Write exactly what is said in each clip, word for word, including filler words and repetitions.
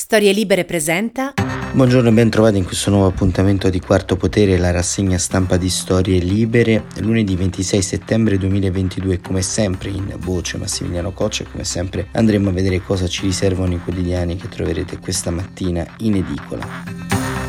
Storie Libere presenta. Buongiorno e ben trovati in questo nuovo appuntamento di Quarto Potere, la rassegna stampa di Storie Libere, lunedì ventisei settembre duemilaventidue. Come sempre in voce Massimiliano Coccia e come sempre andremo a vedere cosa ci riservano i quotidiani che troverete questa mattina in edicola.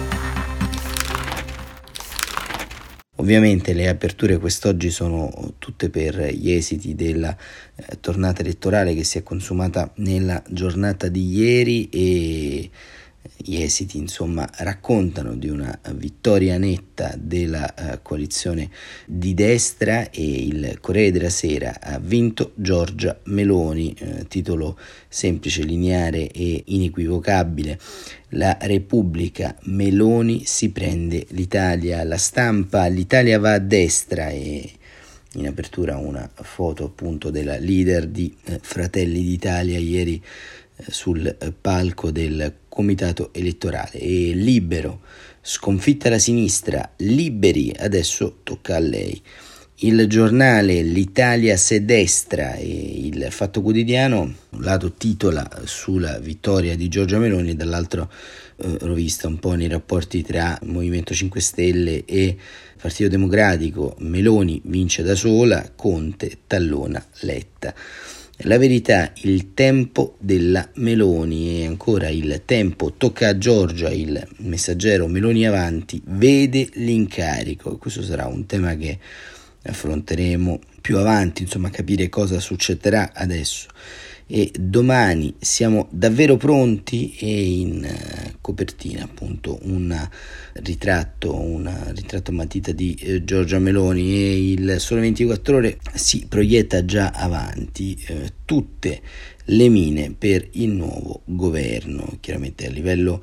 Ovviamente le aperture quest'oggi sono tutte per gli esiti della eh, tornata elettorale che si è consumata nella giornata di ieri e gli esiti insomma raccontano di una vittoria netta della uh, coalizione di destra e il Corriere della Sera ha vinto Giorgia Meloni, eh, titolo semplice, lineare e inequivocabile. La Repubblica, Meloni si prende l'Italia. La Stampa, l'Italia va a destra e in apertura una foto appunto della leader di eh, Fratelli d'Italia ieri eh, sul eh, palco del comitato elettorale. E Libero, sconfitta la sinistra, liberi, adesso tocca a lei. Il Giornale, l'Italia se destra e il Fatto Quotidiano, un lato titola sulla vittoria di Giorgia Meloni e dall'altro eh, rovista un po' nei rapporti tra Movimento cinque Stelle e Partito Democratico. Meloni vince da sola, Conte tallona Letta. La Verità, il tempo della Meloni e ancora il tempo tocca a Giorgia, il Messaggero, Meloni avanti, vede l'incarico. Questo sarà un tema che affronteremo più avanti, insomma capire cosa succederà adesso. E domani siamo davvero pronti e in uh, copertina appunto un ritratto, un ritratto a matita di eh, Giorgia Meloni e il Sole ventiquattro Ore si proietta già avanti eh, tutte le mine per il nuovo governo. Chiaramente a livello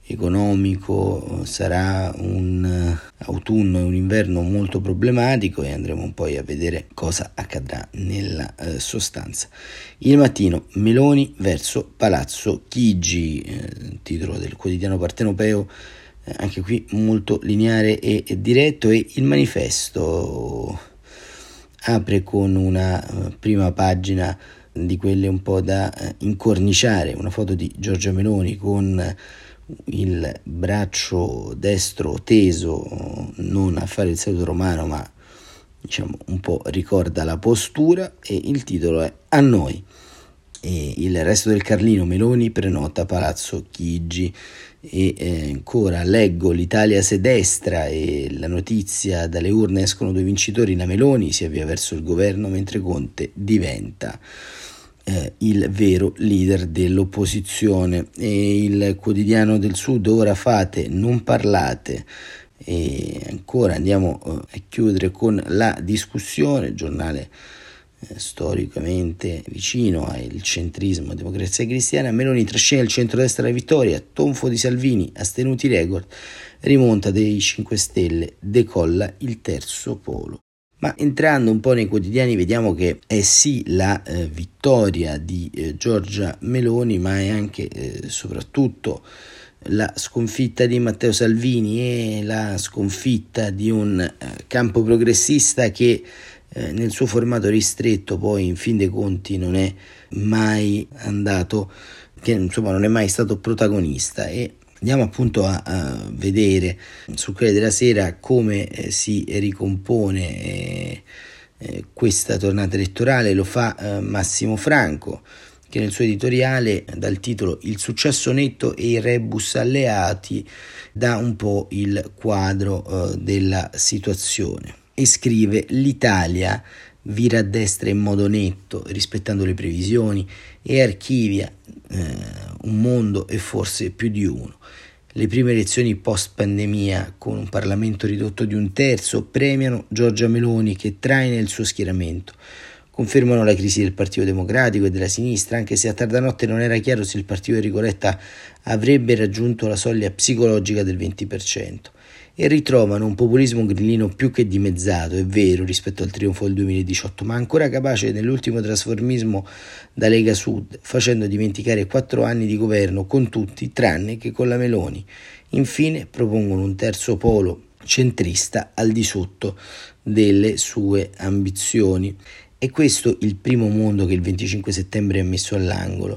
economico sarà un autunno e un inverno molto problematico e andremo poi a vedere cosa accadrà nella eh, sostanza. Il Mattino, Meloni verso Palazzo Chigi, eh, titolo del quotidiano partenopeo, eh, anche qui molto lineare e, e diretto. E il Manifesto apre con una uh, prima pagina di quelle un po' da uh, incorniciare, una foto di Giorgia Meloni con il braccio destro teso, non a fare il saluto romano, ma diciamo un po' ricorda la postura, e il titolo è A noi. E il resto del Carlino, Meloni prenota Palazzo Chigi. E eh, ancora leggo l'Italia se destra e la notizia: dalle urne escono due vincitori, la Meloni si avvia verso il governo mentre Conte diventa Eh, il vero leader dell'opposizione. E il Quotidiano del Sud, ora fate, non parlate. E ancora andiamo eh, a chiudere con La Discussione, giornale eh, storicamente vicino al centrismo e Democrazia Cristiana. Meloni trascina il centrodestra alla vittoria, tonfo di Salvini, astenuti record, rimonta dei cinque Stelle, decolla il terzo polo. Ma entrando un po' nei quotidiani vediamo che è sì la eh, vittoria di eh, Giorgia Meloni, ma è anche eh, soprattutto la sconfitta di Matteo Salvini e la sconfitta di un eh, campo progressista che eh, nel suo formato ristretto poi in fin dei conti non è mai andato, che insomma non è mai stato protagonista. E andiamo appunto a, a vedere sul Corriere della Sera come eh, si ricompone eh, eh, questa tornata elettorale. Lo fa eh, Massimo Franco, che nel suo editoriale dal titolo Il successo netto e i rebus alleati dà un po' il quadro eh, della situazione e scrive: l'Italia vira a destra in modo netto, rispettando le previsioni, e archivia eh, un mondo e forse più di uno. Le prime elezioni post-pandemia, con un Parlamento ridotto di un terzo, premiano Giorgia Meloni che traina il suo schieramento. Confermano la crisi del Partito Democratico e della sinistra, anche se a tarda notte non era chiaro se il partito di Enrico Letta avrebbe raggiunto la soglia psicologica del venti per cento. E ritrovano un populismo grillino più che dimezzato, è vero, rispetto al trionfo del duemiladiciotto, ma ancora capace nell'ultimo trasformismo da Lega Sud, facendo dimenticare quattro anni di governo con tutti tranne che con la Meloni. Infine propongono un terzo polo centrista al di sotto delle sue ambizioni. È questo il primo mondo che il venticinque settembre ha messo all'angolo.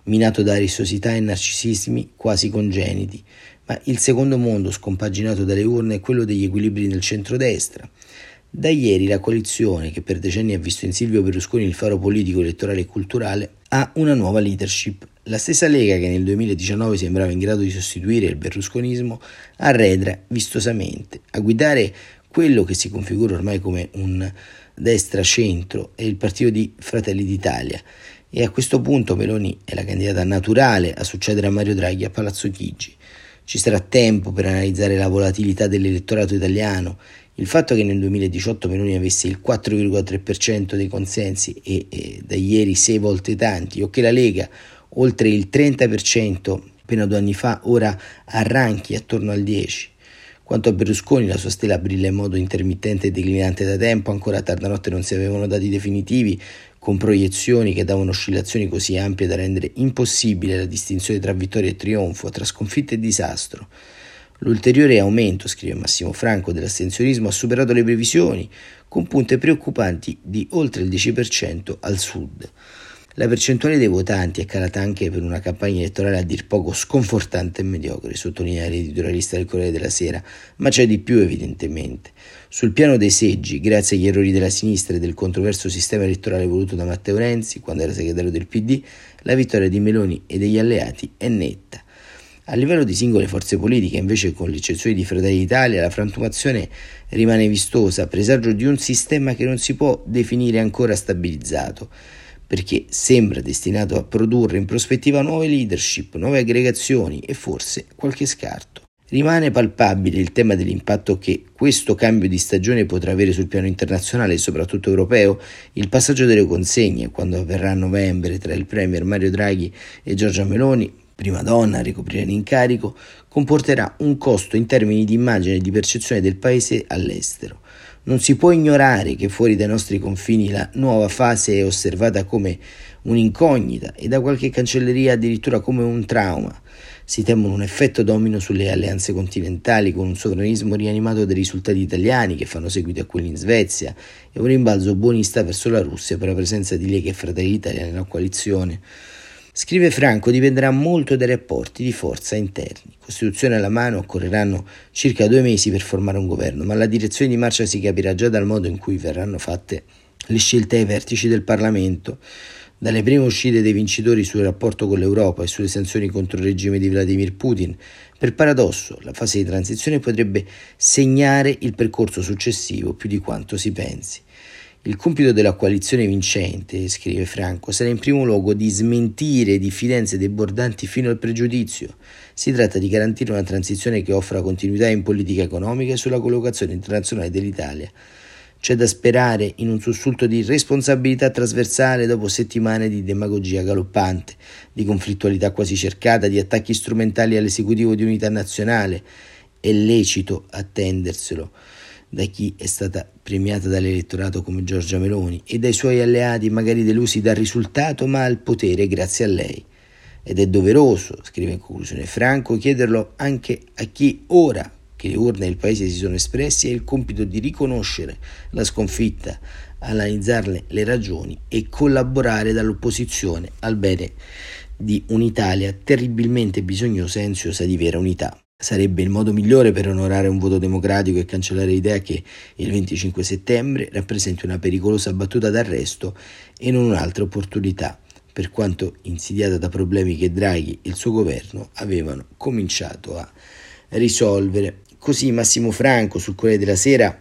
minato da arissosità e narcisismi quasi congeniti, ma il secondo mondo, scompaginato dalle urne, è quello degli equilibri nel centrodestra. Da ieri la coalizione, che per decenni ha visto in Silvio Berlusconi il faro politico, elettorale e culturale, ha una nuova leadership. La stessa Lega che nel duemiladiciannove sembrava in grado di sostituire il berlusconismo arredra vistosamente. A guidare quello che si configura ormai come un destra-centro è il partito di Fratelli d'Italia, e a questo punto Meloni è la candidata naturale a succedere a Mario Draghi a Palazzo Chigi. Ci sarà tempo per analizzare la volatilità dell'elettorato italiano. Il fatto che nel duemiladiciotto Meloni avesse il quattro virgola tre per cento dei consensi e, e da ieri sei volte tanti, o che la Lega oltre il trenta per cento appena due anni fa ora arranchi attorno al dieci per cento. Quanto a Berlusconi, la sua stella brilla in modo intermittente e declinante da tempo, ancora a tarda notte non si avevano dati definitivi, con proiezioni che davano oscillazioni così ampie da rendere impossibile la distinzione tra vittoria e trionfo, tra sconfitta e disastro. L'ulteriore aumento, scrive Massimo Franco, dell'astensionismo ha superato le previsioni, con punte preoccupanti di oltre il dieci per cento al sud. La percentuale dei votanti è calata anche per una campagna elettorale a dir poco sconfortante e mediocre, sottolinea l'editorialista del Corriere della Sera, ma c'è di più evidentemente. Sul piano dei seggi, grazie agli errori della sinistra e del controverso sistema elettorale voluto da Matteo Renzi, quando era segretario del P D, la vittoria di Meloni e degli alleati è netta. A livello di singole forze politiche, invece, con l'eccezione di Fratelli d'Italia, la frantumazione rimane vistosa, presagio di un sistema che non si può definire ancora stabilizzato, perché sembra destinato a produrre in prospettiva nuove leadership, nuove aggregazioni e forse qualche scarto. Rimane palpabile il tema dell'impatto che questo cambio di stagione potrà avere sul piano internazionale e soprattutto europeo. Il passaggio delle consegne, quando avverrà a novembre tra il premier Mario Draghi e Giorgia Meloni, prima donna a ricoprire l'incarico, comporterà un costo in termini di immagine e di percezione del paese all'estero. Non si può ignorare che fuori dai nostri confini la nuova fase è osservata come un'incognita e da qualche cancelleria addirittura come un trauma. Si temono un effetto domino sulle alleanze continentali, con un sovranismo rianimato dai risultati italiani che fanno seguito a quelli in Svezia e un rimbalzo buonista verso la Russia per la presenza di Lega e Fratelli d'Italia nella coalizione. Scrive Franco, dipenderà molto dai rapporti di forza interni. Costituzione alla mano, occorreranno circa due mesi per formare un governo, ma la direzione di marcia si capirà già dal modo in cui verranno fatte le scelte ai vertici del Parlamento. Dalle prime uscite dei vincitori sul rapporto con l'Europa e sulle sanzioni contro il regime di Vladimir Putin, per paradosso, la fase di transizione potrebbe segnare il percorso successivo più di quanto si pensi. Il compito della coalizione vincente, scrive Franco, sarà in primo luogo di smentire diffidenze debordanti fino al pregiudizio. Si tratta di garantire una transizione che offra continuità in politica economica e sulla collocazione internazionale dell'Italia. C'è da sperare in un sussulto di responsabilità trasversale dopo settimane di demagogia galoppante, di conflittualità quasi cercata, di attacchi strumentali all'esecutivo di unità nazionale. È lecito attenderselo da chi è stata premiata dall'elettorato come Giorgia Meloni e dai suoi alleati magari delusi dal risultato ma al potere grazie a lei. Ed è doveroso, scrive in conclusione Franco, chiederlo anche a chi ora che le urne del paese si sono espressi ha il compito di riconoscere la sconfitta, analizzarne le ragioni e collaborare dall'opposizione al bene di un'Italia terribilmente bisognosa e ansiosa di vera unità. Sarebbe il modo migliore per onorare un voto democratico e cancellare l'idea che il venticinque settembre rappresenti una pericolosa battuta d'arresto e non un'altra opportunità, per quanto insidiata da problemi che Draghi e il suo governo avevano cominciato a risolvere. Così Massimo Franco sul Corriere della Sera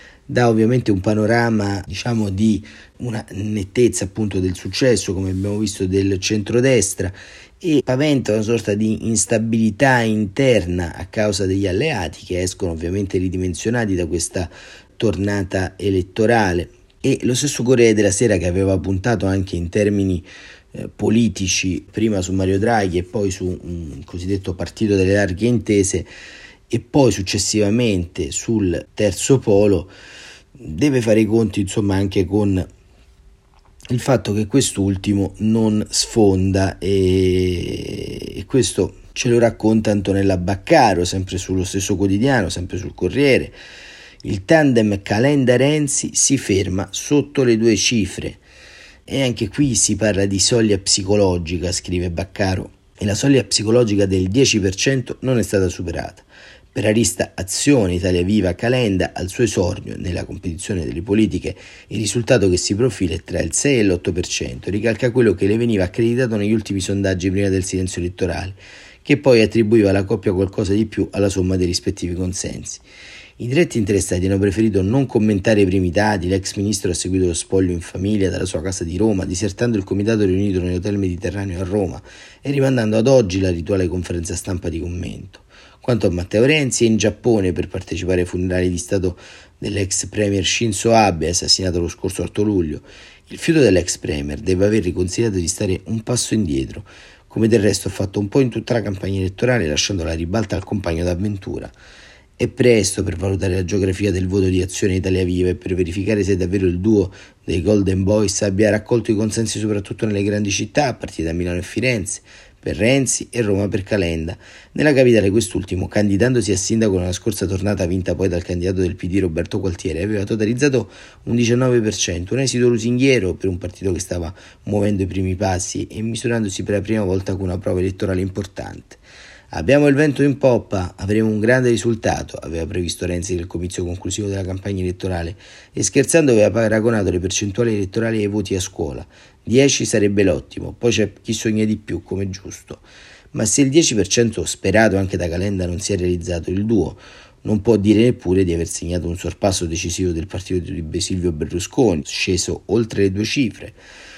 dà ovviamente un panorama, diciamo, di una nettezza appunto del successo, come abbiamo visto, del centrodestra, e paventa una sorta di instabilità interna a causa degli alleati che escono ovviamente ridimensionati da questa tornata elettorale. E lo stesso Corriere della Sera, che aveva puntato anche in termini eh, politici prima su Mario Draghi e poi su un cosiddetto partito delle larghe intese e poi successivamente sul terzo polo, deve fare i conti insomma anche con il fatto che quest'ultimo non sfonda, e, e questo ce lo racconta Antonella Baccaro, sempre sullo stesso quotidiano, sempre sul Corriere. Il tandem Calenda-Renzi si ferma sotto le due cifre E anche qui si parla di soglia psicologica, scrive Baccaro, e la soglia psicologica del dieci per cento non è stata superata. Per Arista Azione, Italia Viva, Calenda, al suo esordio nella competizione delle politiche, il risultato che si profila è tra il sei e l'otto per cento, ricalca quello che le veniva accreditato negli ultimi sondaggi prima del silenzio elettorale, che poi attribuiva alla coppia qualcosa di più alla somma dei rispettivi consensi. I diretti interessati hanno preferito non commentare i primi dati. L'ex ministro ha seguito lo spoglio in famiglia dalla sua casa di Roma, disertando il comitato riunito nell'Hotel Mediterraneo a Roma e rimandando ad oggi la rituale conferenza stampa di commento. Quanto a Matteo Renzi, è in Giappone per partecipare ai funerali di Stato dell'ex premier Shinzo Abe, assassinato lo scorso otto luglio. Il fiuto dell'ex premier deve aver riconsigliato di stare un passo indietro, come del resto ha fatto un po' in tutta la campagna elettorale, lasciando la ribalta al compagno d'avventura. È presto per valutare la geografia del voto di Azione Italia Viva e per verificare se davvero il duo dei Golden Boys abbia raccolto i consensi soprattutto nelle grandi città, a partire da Milano e Firenze, per Renzi e Roma per Calenda. Nella capitale quest'ultimo, candidandosi a sindaco nella scorsa tornata vinta poi dal candidato del P D Roberto Gualtieri, aveva totalizzato un diciannove per cento, un esito lusinghiero per un partito che stava muovendo i primi passi e misurandosi per la prima volta con una prova elettorale importante. Abbiamo il vento in poppa, avremo un grande risultato, aveva previsto Renzi nel comizio conclusivo della campagna elettorale e scherzando aveva paragonato le percentuali elettorali ai voti a scuola. dieci sarebbe l'ottimo, poi c'è chi sogna di più, come giusto. Ma se il dieci per cento sperato anche da Calenda non si è realizzato, il duo non può dire neppure di aver segnato un sorpasso decisivo del partito di Silvio Berlusconi, sceso oltre le due cifre.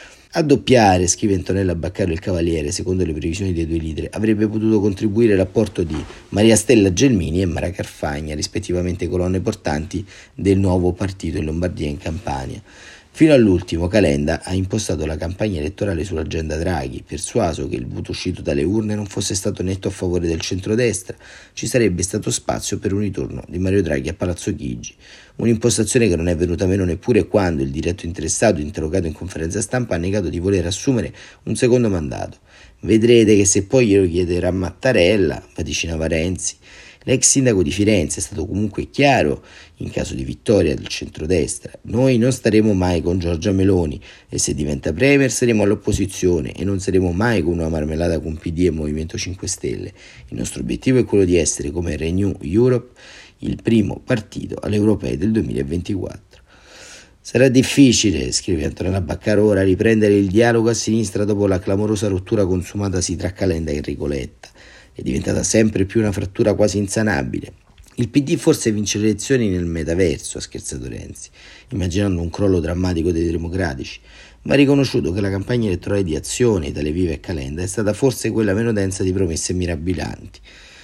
A doppiare, scrive Antonella Baccaro, il Cavaliere, secondo le previsioni dei due leader, avrebbe potuto contribuire l'apporto di Maria Stella Gelmini e Mara Carfagna, rispettivamente colonne portanti del nuovo partito in Lombardia e in Campania. Fino all'ultimo Calenda ha impostato la campagna elettorale sull'agenda Draghi, persuaso che il voto uscito dalle urne non fosse stato netto a favore del centrodestra, ci sarebbe stato spazio per un ritorno di Mario Draghi a Palazzo Chigi. Un'impostazione che non è venuta meno neppure quando il diretto interessato, interrogato in conferenza stampa, ha negato di voler assumere un secondo mandato. Vedrete che se poi glielo chiederà Mattarella, vaticinava Renzi. L'ex sindaco di Firenze è stato comunque chiaro in caso di vittoria del centrodestra. Noi non staremo mai con Giorgia Meloni e se diventa premier saremo all'opposizione e non saremo mai con una marmellata con P D e Movimento cinque Stelle. Il nostro obiettivo è quello di essere come Renew Europe il primo partito alle europee del duemilaventiquattro. Sarà difficile, scrive Antonella Baccaro, ora riprendere il dialogo a sinistra dopo la clamorosa rottura consumatasi tra Calenda e Enrico Letta. È diventata sempre più una frattura quasi insanabile. Il P D forse vince le elezioni nel metaverso, ha scherzato Renzi, immaginando un crollo drammatico dei democratici. Va riconosciuto che la campagna elettorale di Azione, Italia Viva e Calenda è stata forse quella meno densa di promesse mirabolanti.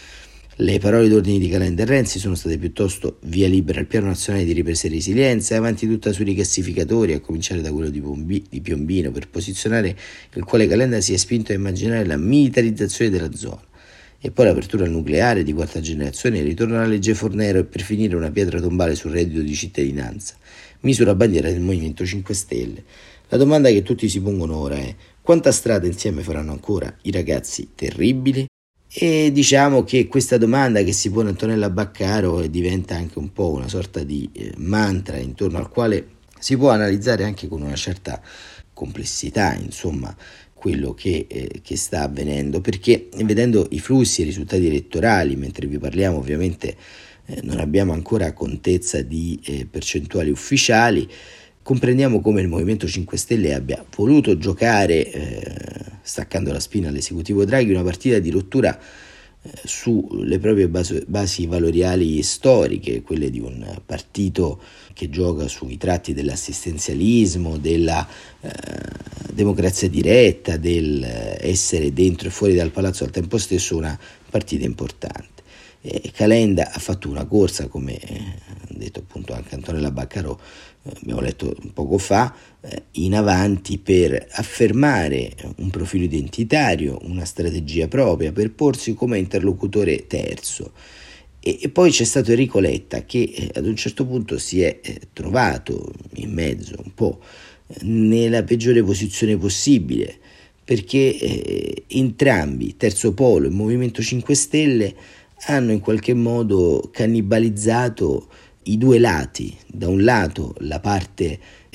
Le parole d'ordine di Calenda e Renzi sono state piuttosto via libera al piano nazionale di ripresa e resilienza e avanti tutta sui rigassificatori, a cominciare da quello di, Pombi, di Piombino, per posizionare il quale Calenda si è spinto a immaginare la militarizzazione della zona. E poi l'apertura al nucleare di quarta generazione, il ritorno alla legge Fornero e per finire una pietra tombale sul reddito di cittadinanza, misura bandiera del Movimento cinque Stelle. La domanda che tutti si pongono ora è: quanta strada insieme faranno ancora i ragazzi terribili? E diciamo che questa domanda che si pone Antonella Baccaro diventa anche un po' una sorta di eh, mantra intorno al quale si può analizzare anche con una certa complessità, insomma, quello che, eh, che sta avvenendo, perché vedendo i flussi e i risultati elettorali, mentre vi parliamo ovviamente eh, non abbiamo ancora contezza di eh, percentuali ufficiali, comprendiamo come il Movimento cinque Stelle abbia voluto giocare, eh, staccando la spina all'esecutivo Draghi, una partita di rottura eh, sulle proprie basi, basi valoriali storiche, quelle di un partito che gioca sui tratti dell'assistenzialismo, della eh, democrazia diretta, del essere dentro e fuori dal palazzo al tempo stesso, una partita importante. Eh, Calenda ha fatto una corsa, come eh, ha detto appunto anche Antonella Baccaro, eh, abbiamo letto poco fa, eh, in avanti per affermare un profilo identitario, una strategia propria, per porsi come interlocutore terzo. E, e poi c'è stato Enrico Letta che eh, ad un certo punto si è eh, trovato in mezzo un po' nella peggiore posizione possibile, perché eh, entrambi, Terzo Polo e Movimento cinque Stelle, hanno in qualche modo cannibalizzato i due lati. Da un lato la parte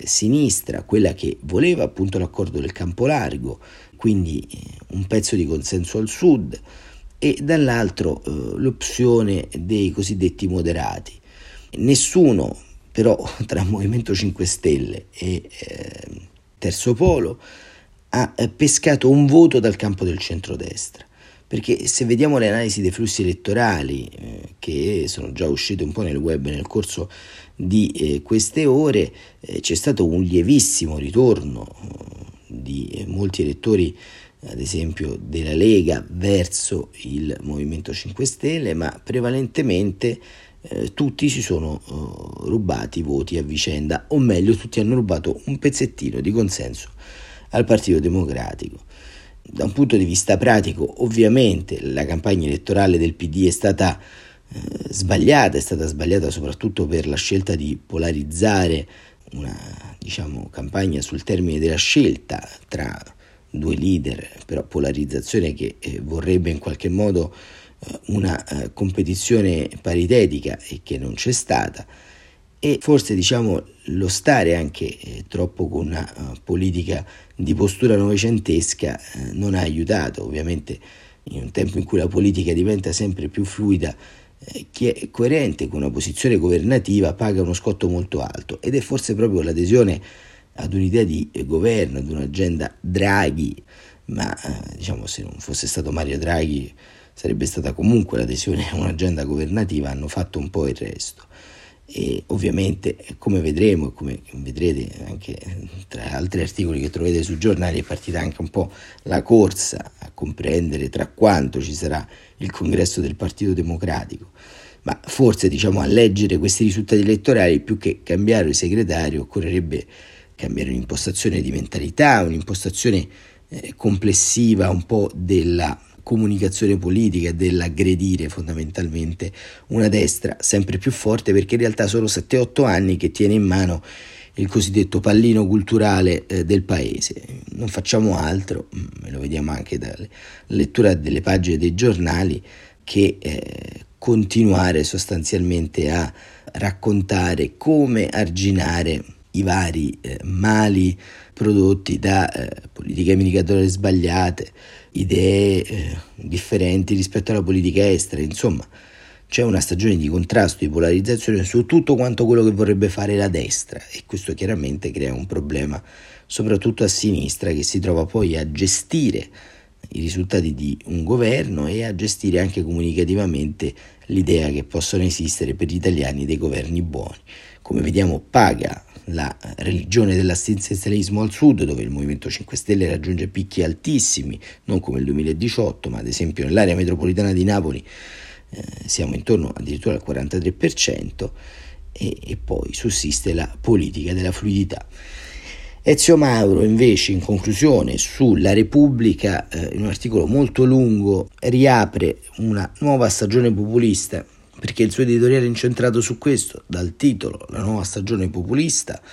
sinistra, quella che voleva appunto l'accordo del campo largo, quindi un pezzo di consenso al sud, e dall'altro eh, l'opzione dei cosiddetti moderati. Nessuno però tra Movimento cinque Stelle e eh, Terzo Polo ha pescato un voto dal campo del centrodestra, perché se vediamo le analisi dei flussi elettorali eh, che sono già uscite un po' nel web nel corso di eh, queste ore, eh, c'è stato un lievissimo ritorno eh, di eh, molti elettori, ad esempio della Lega, verso il Movimento cinque Stelle, ma prevalentemente eh, tutti si sono eh, rubati voti a vicenda, o meglio tutti hanno rubato un pezzettino di consenso al Partito Democratico. Da un punto di vista pratico, ovviamente la campagna elettorale del P D è stata eh, sbagliata, è stata sbagliata soprattutto per la scelta di polarizzare una, diciamo, campagna sul termine della scelta tra due leader, però polarizzazione che eh, vorrebbe in qualche modo eh, una eh, competizione paritetica e che non c'è stata. E forse diciamo lo stare anche eh, troppo con una uh, politica di postura novecentesca eh, non ha aiutato. Ovviamente in un tempo in cui la politica diventa sempre più fluida, eh, chi è coerente con una posizione governativa paga uno scotto molto alto, ed è forse proprio l'adesione ad un'idea di eh, governo, ad un'agenda Draghi, ma eh, diciamo se non fosse stato Mario Draghi sarebbe stata comunque l'adesione a un'agenda governativa, hanno fatto un po' il resto. E ovviamente, come vedremo e come vedrete anche tra altri articoli che trovate sui giornali, è partita anche un po' la corsa a comprendere tra quanto ci sarà il congresso del Partito Democratico, ma forse diciamo a leggere questi risultati elettorali, più che cambiare il segretario, occorrerebbe cambiare un'impostazione di mentalità, un'impostazione eh, complessiva un po' della comunicazione politica e dell'aggredire fondamentalmente una destra sempre più forte, perché in realtà sono sette otto anni che tiene in mano il cosiddetto pallino culturale eh, del paese. Non facciamo altro, e lo vediamo anche dalla lettura delle pagine dei giornali, che eh, continuare sostanzialmente a raccontare come arginare i vari eh, mali prodotti da eh, politiche migratorie sbagliate, idee eh, differenti rispetto alla politica estera. Insomma, c'è una stagione di contrasto, di polarizzazione su tutto quanto quello che vorrebbe fare la destra, e questo chiaramente crea un problema soprattutto a sinistra, che si trova poi a gestire i risultati di un governo e a gestire anche comunicativamente l'idea che possono esistere per gli italiani dei governi buoni. Come vediamo, paga la religione dell'assistenzialismo al sud, dove il Movimento cinque Stelle raggiunge picchi altissimi, non come il duemiladiciotto, ma ad esempio nell'area metropolitana di Napoli eh, siamo intorno addirittura al quarantatré per cento, e, e poi sussiste la politica della fluidità. Ezio Mauro invece, in conclusione, sulla Repubblica, eh, in un articolo molto lungo, riapre una nuova stagione populista, perché il suo editoriale è incentrato su questo, dal titolo La nuova stagione populista.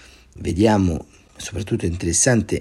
Vediamo, soprattutto interessante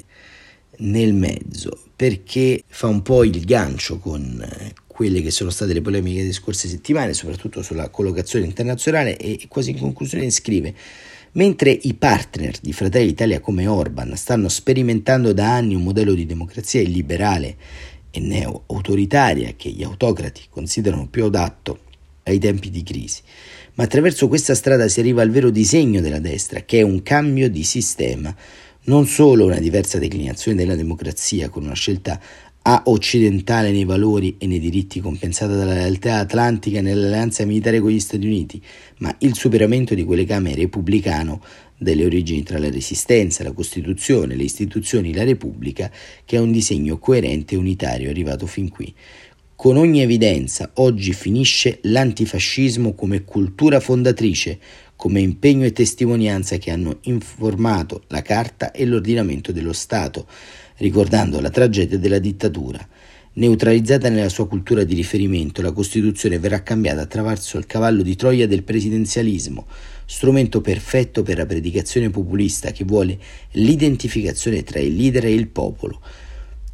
nel mezzo, perché fa un po' il gancio con quelle che sono state le polemiche delle scorse settimane, soprattutto sulla collocazione internazionale, e quasi in conclusione scrive: mentre i partner di Fratelli d'Italia come Orban stanno sperimentando da anni un modello di democrazia illiberale e neo-autoritaria che gli autocrati considerano più adatto ai tempi di crisi, ma attraverso questa strada si arriva al vero disegno della destra, che è un cambio di sistema, non solo una diversa declinazione della democrazia con una scelta a occidentale nei valori e nei diritti compensata dalla lealtà atlantica nell'alleanza militare con gli Stati Uniti, ma il superamento di quelle camere repubblicano delle origini tra la Resistenza, la Costituzione, le istituzioni, la Repubblica, che è un disegno coerente e unitario arrivato fin qui. Con ogni evidenza, oggi finisce l'antifascismo come cultura fondatrice, come impegno e testimonianza che hanno informato la Carta e l'ordinamento dello Stato, ricordando la tragedia della dittatura. Neutralizzata nella sua cultura di riferimento, la Costituzione verrà cambiata attraverso il cavallo di Troia del presidenzialismo, strumento perfetto per la predicazione populista che vuole l'identificazione tra il leader e il popolo.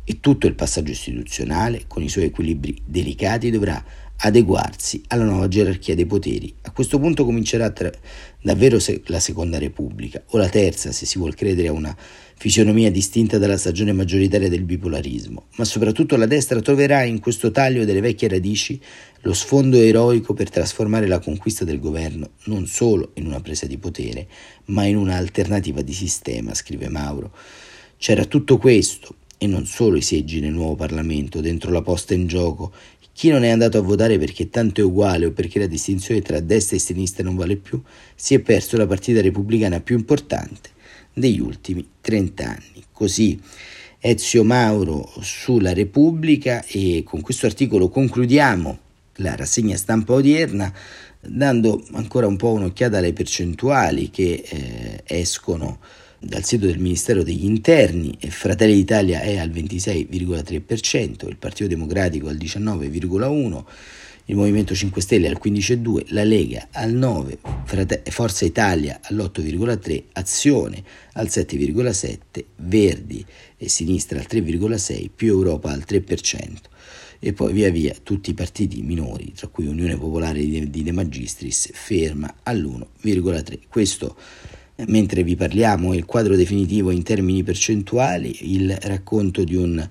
e tutto il passaggio istituzionale, con i suoi equilibri delicati, dovrà adeguarsi alla nuova gerarchia dei poteri. A questo punto comincerà tra, davvero se, la seconda repubblica, o la terza se si vuol credere a una fisionomia distinta dalla stagione maggioritaria del bipolarismo, ma soprattutto la destra troverà in questo taglio delle vecchie radici lo sfondo eroico per trasformare la conquista del governo non solo in una presa di potere, ma in un'alternativa di sistema, scrive Mauro. C'era tutto questo, e non solo i seggi nel nuovo Parlamento, dentro la posta in gioco. Chi non è andato a votare perché tanto è uguale o perché la distinzione tra destra e sinistra non vale più, si è perso la partita repubblicana più importante degli ultimi trent'anni. Così Ezio Mauro sulla Repubblica, e con questo articolo concludiamo la rassegna stampa odierna, dando ancora un po' un'occhiata alle percentuali che eh, escono dal sito del Ministero degli Interni. Fratelli d'Italia è al ventisei virgola tre per cento, il Partito Democratico al diciannove virgola uno per cento, il Movimento cinque Stelle al quindici virgola due per cento, la Lega al nove per cento, Forza Italia all'otto virgola tre per cento, Azione al sette virgola sette per cento, Verdi e Sinistra al tre virgola sei per cento, più Europa al tre per cento. E poi via via tutti i partiti minori, tra cui Unione Popolare di De Magistris, ferma all'uno virgola tre per cento. Questo, mentre vi parliamo, è il quadro definitivo in termini percentuali, il racconto di un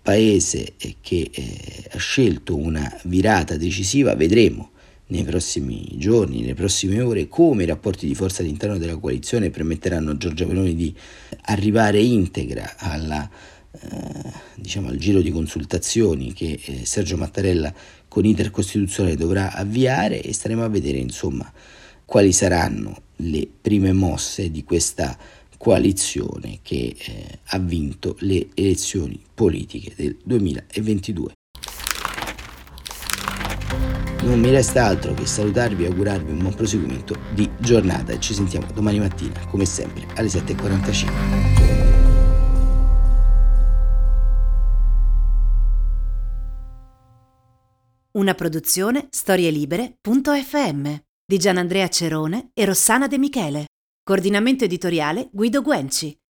paese che eh, ha scelto una virata decisiva. Vedremo nei prossimi giorni, nelle prossime ore, come i rapporti di forza all'interno della coalizione permetteranno a Giorgia Meloni di arrivare integra alla Eh, diciamo al giro di consultazioni che eh, Sergio Mattarella con iter costituzionale dovrà avviare, e staremo a vedere insomma quali saranno le prime mosse di questa coalizione che eh, ha vinto le elezioni politiche del duemilaventidue. Non mi resta altro che salutarvi e augurarvi un buon proseguimento di giornata, e ci sentiamo domani mattina come sempre alle sette e quarantacinque. Una produzione storielibere punto effe emme di Gianandrea Cerone e Rossana De Michele. Coordinamento editoriale Guido Guenci.